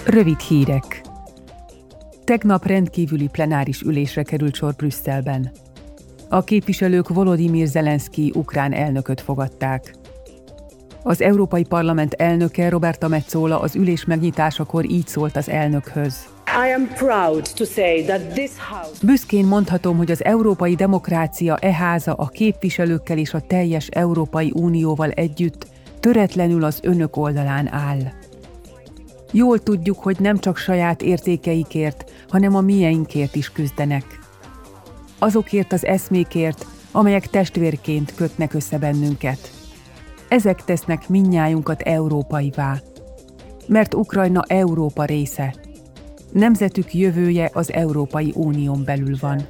Rövid hírek. Tegnap rendkívüli plenáris ülésre került sor Brüsszelben. A képviselők Volodymyr Zelenszky ukrán elnököt fogadták. Az Európai Parlament elnöke, Roberta Metsola az ülés megnyitásakor így szólt az elnökhöz. Büszkén mondhatom, hogy az európai demokrácia háza a képviselőkkel és a teljes Európai Unióval együtt töretlenül az önök oldalán áll. Jól tudjuk, hogy nem csak saját értékeikért, hanem a mieinkért is küzdenek. Azokért az eszmékért, amelyek testvérként kötnek össze bennünket. Ezek tesznek mindnyájunkat európaivá. Mert Ukrajna Európa része. Nemzetük jövője az Európai Unión belül van.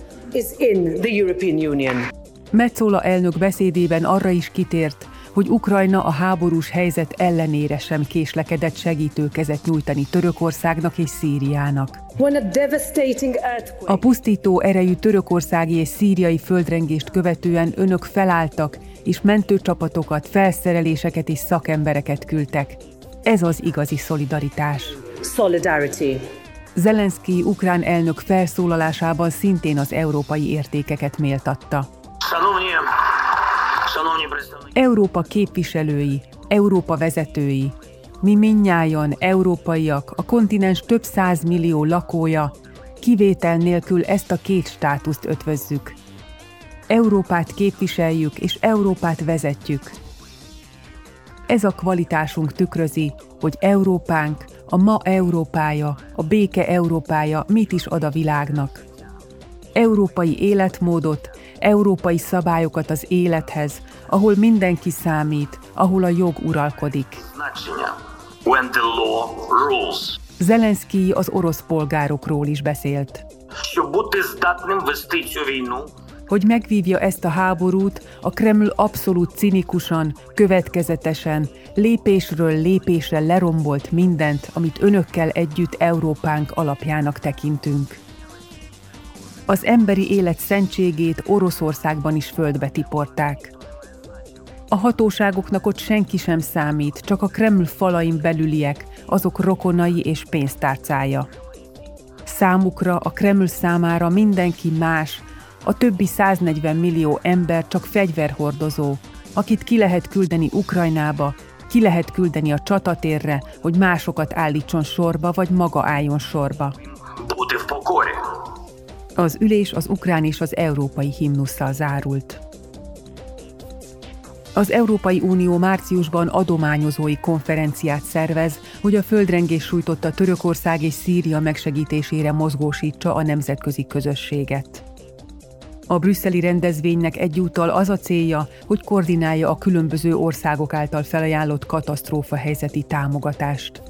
Metsola elnök beszédében arra is kitért, hogy Ukrajna a háborús helyzet ellenére sem késlekedett segítőkezet nyújtani Törökországnak és Szíriának. A pusztító erejű törökországi és szíriai földrengést követően önök felálltak, és mentőcsapatokat, felszereléseket és szakembereket küldtek. Ez az igazi szolidaritás. Zelenszky ukrán elnök felszólalásában szintén az európai értékeket méltatta. Európa képviselői, Európa vezetői, mi mindnyájan európaiak, a kontinens több 100 millió lakója, kivétel nélkül ezt a két státuszt ötvözzük. Európát képviseljük és Európát vezetjük. Ez a kvalitásunk tükrözi, hogy Európánk, a ma Európája, a béke Európája mit is ad a világnak. Európai életmódot, európai szabályokat az élethez, ahol mindenki számít, ahol a jog uralkodik. Zelenszky az orosz polgárokról is beszélt. Hogy megvívja ezt a háborút, a Kreml abszolút cinikusan, következetesen, lépésről lépésre lerombolt mindent, amit önökkel együtt Európánk alapjának tekintünk. Az emberi élet szentségét Oroszországban is földbe tiporták. A hatóságoknak ott senki sem számít, csak a Kreml falain belüliek, azok rokonai és pénztárcája. Számukra, a Kreml számára mindenki más, a többi 140 millió ember csak fegyverhordozó, akit ki lehet küldeni Ukrajnába, ki lehet küldeni a csatatérre, hogy másokat állítson sorba, vagy maga álljon sorba. Az ülés az ukrán és az európai himnusszal zárult. Az Európai Unió márciusban adományozói konferenciát szervez, hogy a földrengés sújtotta Törökország és Szíria megsegítésére mozgósítsa a nemzetközi közösséget. A brüsszeli rendezvénynek egyúttal az a célja, hogy koordinálja a különböző országok által felajánlott katasztrófahelyzeti támogatást.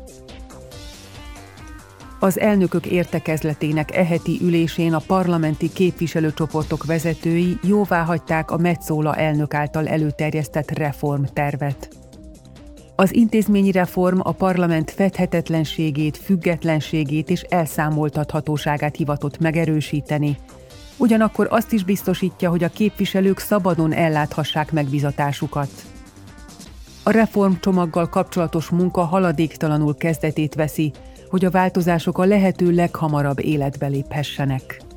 Az elnökök értekezletének heti ülésén a parlamenti képviselőcsoportok vezetői jóváhagyták a Metsola elnök által előterjesztett reformtervet. Az intézményi reform a parlament fedhetetlenségét, függetlenségét és elszámoltathatóságát hivatott megerősíteni, ugyanakkor azt is biztosítja, hogy a képviselők szabadon elláthassák megbízatásukat. A reformcsomaggal kapcsolatos munka haladéktalanul kezdetét veszi, hogy a változások a lehető leghamarabb életbe léphessenek.